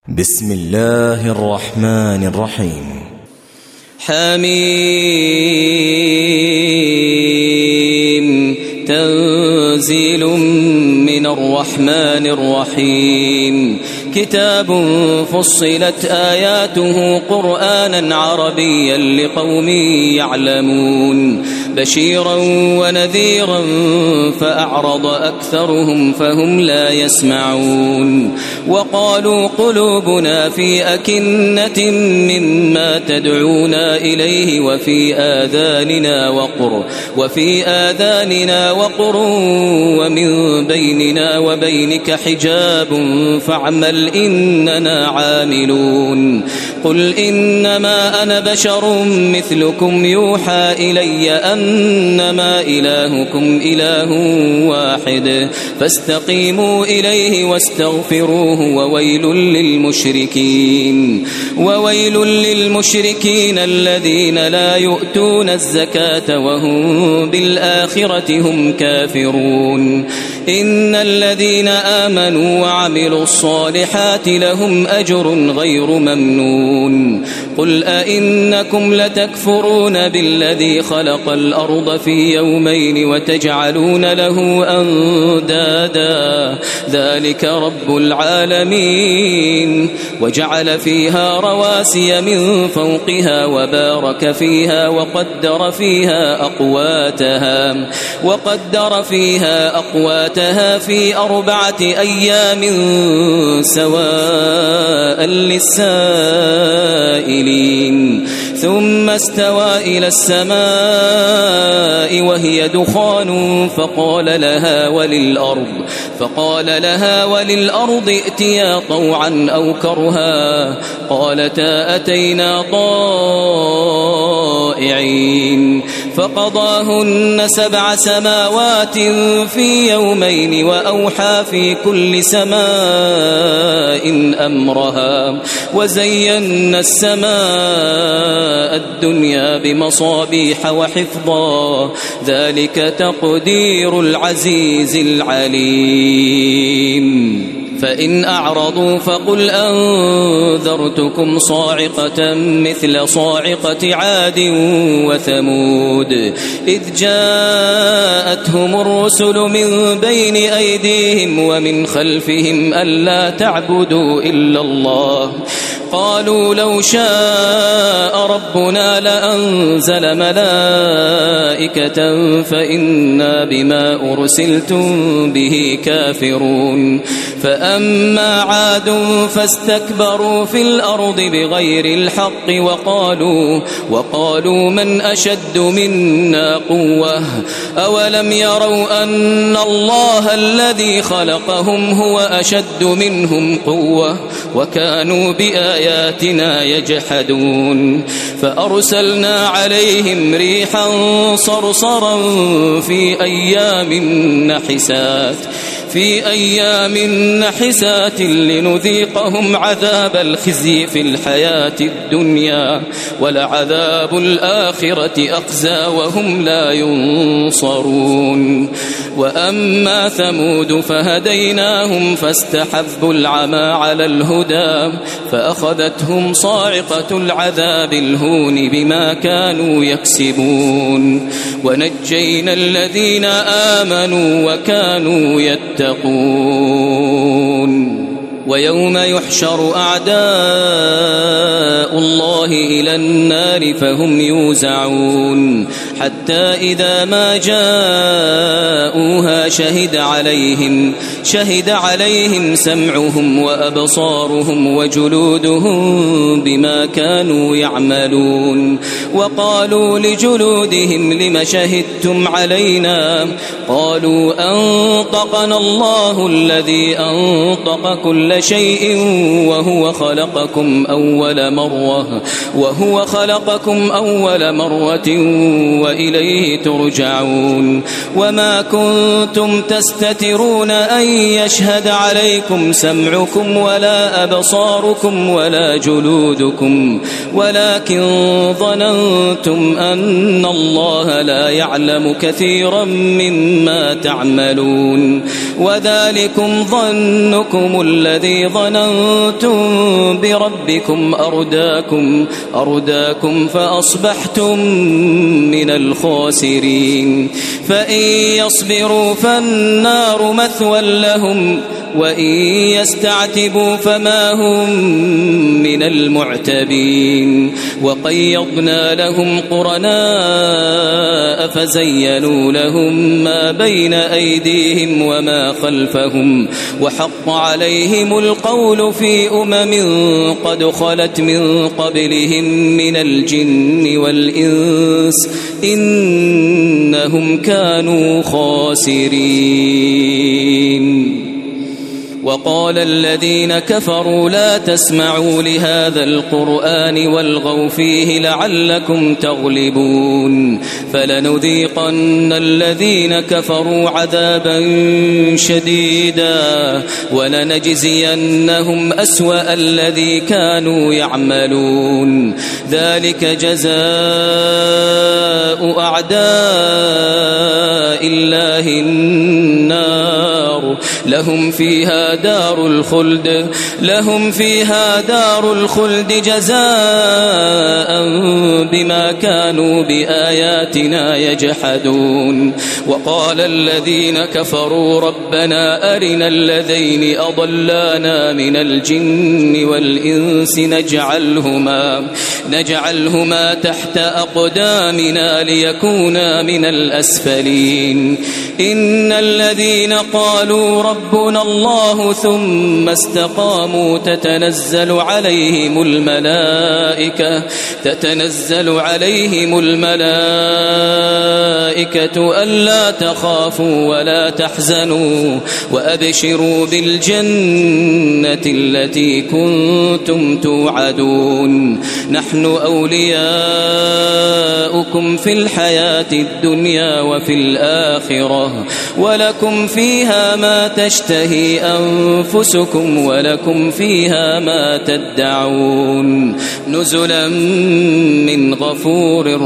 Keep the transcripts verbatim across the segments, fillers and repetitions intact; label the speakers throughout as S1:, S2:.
S1: بسم الله الرحمن الرحيم. حميم تنزيل من الرحمن الرحيم. كتاب فصلت آياته قرآنا عربيا لقوم يعلمون بشيرا ونذيرا فأعرض أكثرهم فهم لا يسمعون. وقالوا قلوبنا في أكنة مما تدعونا إليه وفي آذاننا وقر وفي آذاننا وقر ومن بيننا وبينك حجاب فاعمل إننا عاملون. قل إنما أنا بشر مثلكم يوحى إلي أنما إلهكم إله واحد فاستقيموا إليه واستغفروه وويل للمشركين وويل للمشركين الذين لا يؤتون الزكاة وهم بالآخرة هم كافرون. إن الذين آمنوا وعملوا الصالحات لهم أجر غير ممنون. قل أئنكم لتكفرون بالذي خلق الأرض في يومين وتجعلون له أندادا ذلك رب العالمين. وجعل فيها رواسي من فوقها وبارك فيها وقدر فيها أقواتها وقدر فيها أقواتها في أربعة أيام سواء للسائلين. ثم استوى إلى السماء وهي دخان فقال لها وللأرض فقال لها وللأرض ائتيا طوعا أو كرها قالتا أتينا طائعين. فقضاهن سبع سماوات في يومين وأوحى في كل سماء أمرها وزينا السماء الدنيا بمصابيح وحفظا ذلك تقدير العزيز العليم. فإن أعرضوا فقل أنذرتكم صاعقة مثل صاعقة عاد وثمود إذ جاءتهم الرسل من بين أيديهم ومن خلفهم ألا تعبدوا إلا الله قالوا لو شاء ربنا لأنزل ملائكة فإنا بما أرسلتم به كافرون. فأما عاد فاستكبروا في الأرض بغير الحق وقالوا وقالوا من أشد منا قوة أولم يروا أن الله الذي خلقهم هو أشد منهم قوة وكانوا بآياتنا يجحدون. فأرسلنا عليهم ريحا صرصرا في أيام نحسات في أيام نحسات لنذيقهم عذاب الخزي في الحياة الدنيا ولعذاب الآخرة أخزى وهم لا ينصرون. وأما ثمود فهديناهم فاستحبوا العمى على الهدى فأخذتهم صاعقة العذاب الهون بما كانوا يكسبون. ونجينا الذين آمنوا وكانوا يتقون. ويوم يحشر أعداء الله إلى النار فهم يوزعون حتى إذا ما جاءوها شهد عليهم شهد عليهم سمعهم وأبصارهم وجلودهم بما كانوا يعملون. وقالوا لجلودهم لم شهدتم علينا قالوا أنطقنا الله الذي أنطق كل شيء وهو خلقكم أول مرة وهو خلقكم أول مرة وإليه ترجعون. وما كنتم تستترون أن يشهد عليكم سمعكم ولا أبصاركم ولا جلودكم ولكن ظننتم أن الله لا يعلم كثيرا مما تعملون. وذلكم ظنكم الذي ظننتم بربكم أرداكم, أرداكم فأصبحتم من الخاسرين فإن يصبروا فالنار مثوى لهم وإن يستعتبوا فما هم من المعتبين وقيضنا لهم قرناء فزينوا لهم ما بين أيديهم وما خلفهم وحق عليهم القول في أمم قد خلت من قبلهم من الجن والإنس إنهم كانوا خاسرين وقال الذين كفروا لا تسمعوا لهذا القرآن والغوا فيه لعلكم تغلبون فلنذيقن الذين كفروا عذابا شديدا ولنجزينهم أسوأ الذي كانوا يعملون ذلك جزاء أعداء الله النار لهم فيها دار الخلد لهم فيها دار الخلد جزاء بما كانوا بآياتنا يجحدون وقال الذين كفروا ربنا أرنا الذين أضلانا من الجن والإنس نجعلهما نجعلهما تحت أقدامنا ليكونا من الأسفلين إن الذين قالوا ربنا الله ثم استقاموا تتنزل عليهم الملائكة تتنزل عليهم الملائكة ألا تخافوا ولا تحزنوا وأبشروا بالجنة التي كنتم توعدون نحن أولياؤكم في الحياة الدنيا وفي الآخرة ولكم فيها ما تشتهي أنفسكم ولكم فيها ما تدعون نزلا من غفور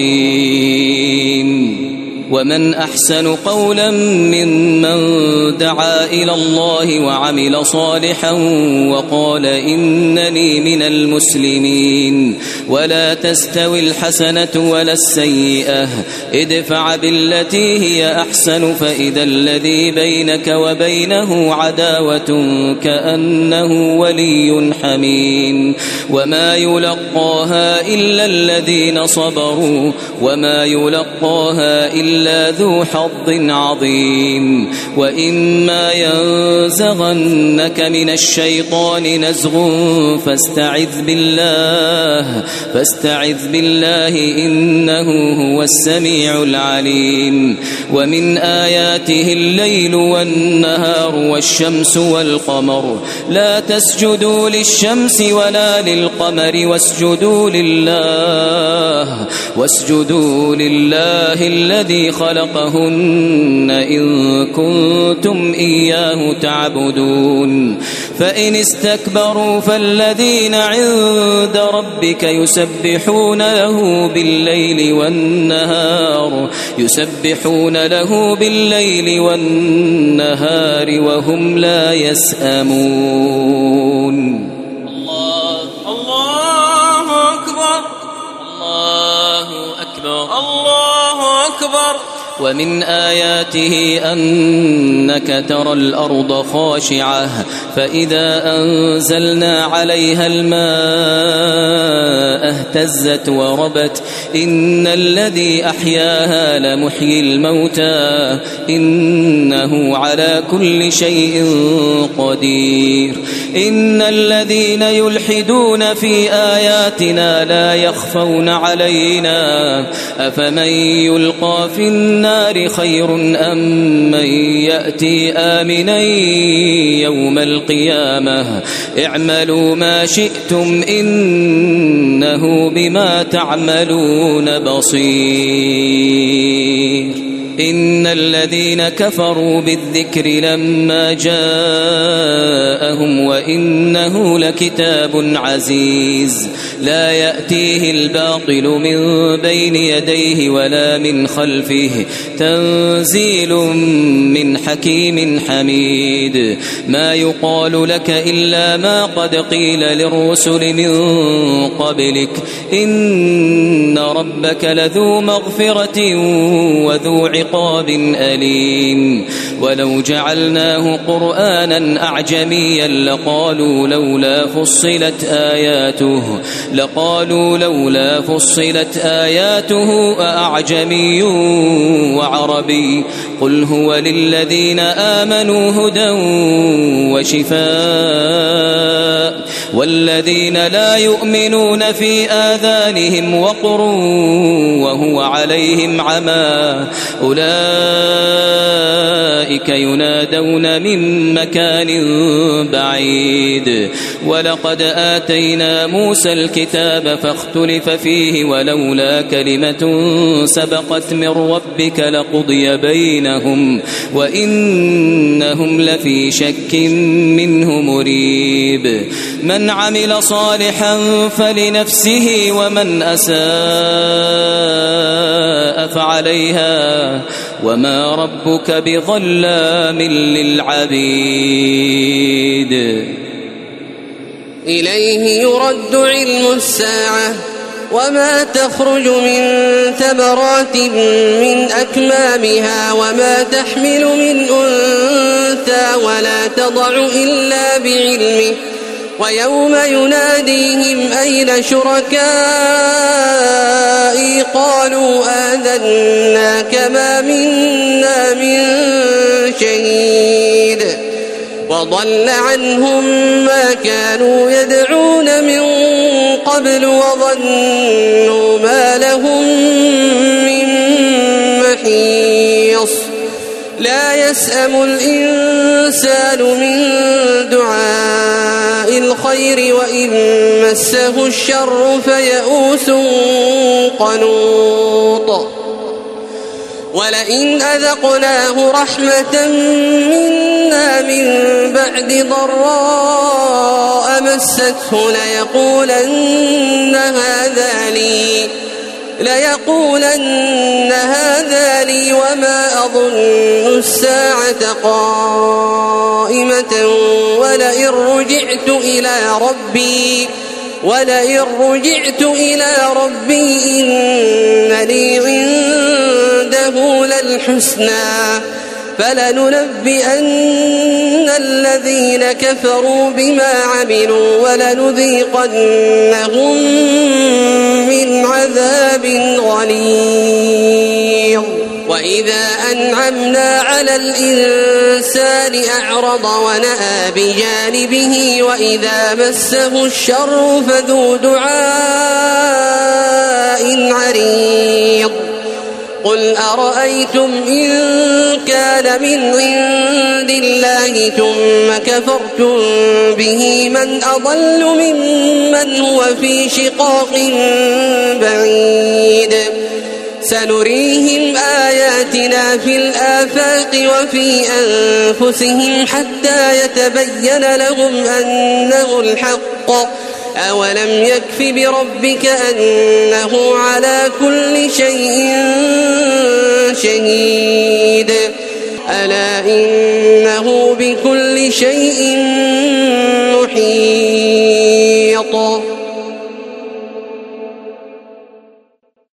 S1: رحيم ومن أحسن قولا ممن دعا إلى الله وعمل صالحا وقال إنني من المسلمين ولا تستوي الحسنة ولا السيئة ادفع بالتي هي أحسن فإذا الذي بينك وبينه عداوة كأنه ولي حميم وما يلقاها إلا الذين صبروا وما يلقاها إلا إلا ذو حظ عظيم وإما ينزغنك من الشيطان نزغ فاستعذ بالله فاستعذ بالله إنه هو السميع العليم ومن آياته الليل والنهار والشمس والقمر لا تسجدوا للشمس ولا للقمر واسجدوا لله واسجدوا لله الذي خلقهن إن كنتم إياه تعبدون فإن استكبروا فالذين عند ربك يسبحون له بالليل والنهار يسبحون له بالليل والنهار وهم لا يسأمون الله
S2: الله أكبر
S1: الله أكبر
S2: الله أكبر
S1: ومن آياته أنك ترى الأرض خاشعة فإذا أنزلنا عليها الماء اهتزت وربت إن الذي أحياها لمحيي الموتى إنه على كل شيء قدير إن الذين يلحدون في آياتنا لا يخفون علينا أفمن يلقى في النار خير أم من يأتي آمنا يوم القيامة اعملوا ما شئتم إنه بما تعملون بصير إن الذين كفروا بالذكر لما جاءهم وإنه لكتاب عزيز لا يأتيه الباطل من بين يديه ولا من خلفه تنزيل من حكيم حميد ما يقال لك إلا ما قد قيل للرسل من قبلك إن ربك لذو مغفرة وذو عقاب أليم ولو جعلناه قرآنا أعجميا لقالوا لولا فصلت آياته لقالوا لولا فصلت آياته أأعجمي وعربي قل هو للذين آمنوا هدى وشفاء والذين لا يؤمنون في آذانهم وقر وهو عليهم عمى أولئك ينادون من مكان بعيد ولقد آتينا موسى الكتاب فاختلف فيه ولولا كلمة سبقت من ربك لقضي بينهم وإنهم لفي شك منه مريب من عمل صالحا فلنفسه ومن أساء فعليها وما ربك بظلام للعبيد
S3: إليه يرد علم الساعة وما تخرج من ثمرات من أكمامها وما تحمل من أنثى ولا تضع إلا بعلمه ويوم يناديهم أين شركائي قالوا آذناك ما منا من شهيد وضل عنهم ما كانوا يدعون من قبل وظنوا ما لهم من محيص لا يسأم الإنسان من دعاء الخير وإن مسه الشر فيئوس قنوط ولئن أذقناه رحمة منا من بعد ضراء مسته ليقولن هذا لي ليقولن هذا لي وما أظن الساعة قائمة ولئن رجعت إلى ربي ولئن رجعت إلى ربي إن لي عنده للحسنى فلننبئن الذين كفروا بما عملوا ولنذيقنهم من عذاب غليظ وإذا أنعمنا على الإنسان أعرض ونأى بجانبه وإذا مسه الشر فذو دعاء عريض قل أرأيتم إن كان من عند الله ثم كفرتم به من أضل ممن هو في شقاق بعيد سنريهم آياتنا في الآفاق وفي أنفسهم حتى يتبين لهم أنه الحق أولم يكف بربك أنه على كل شيء شهيد ألا إنه بكل شيء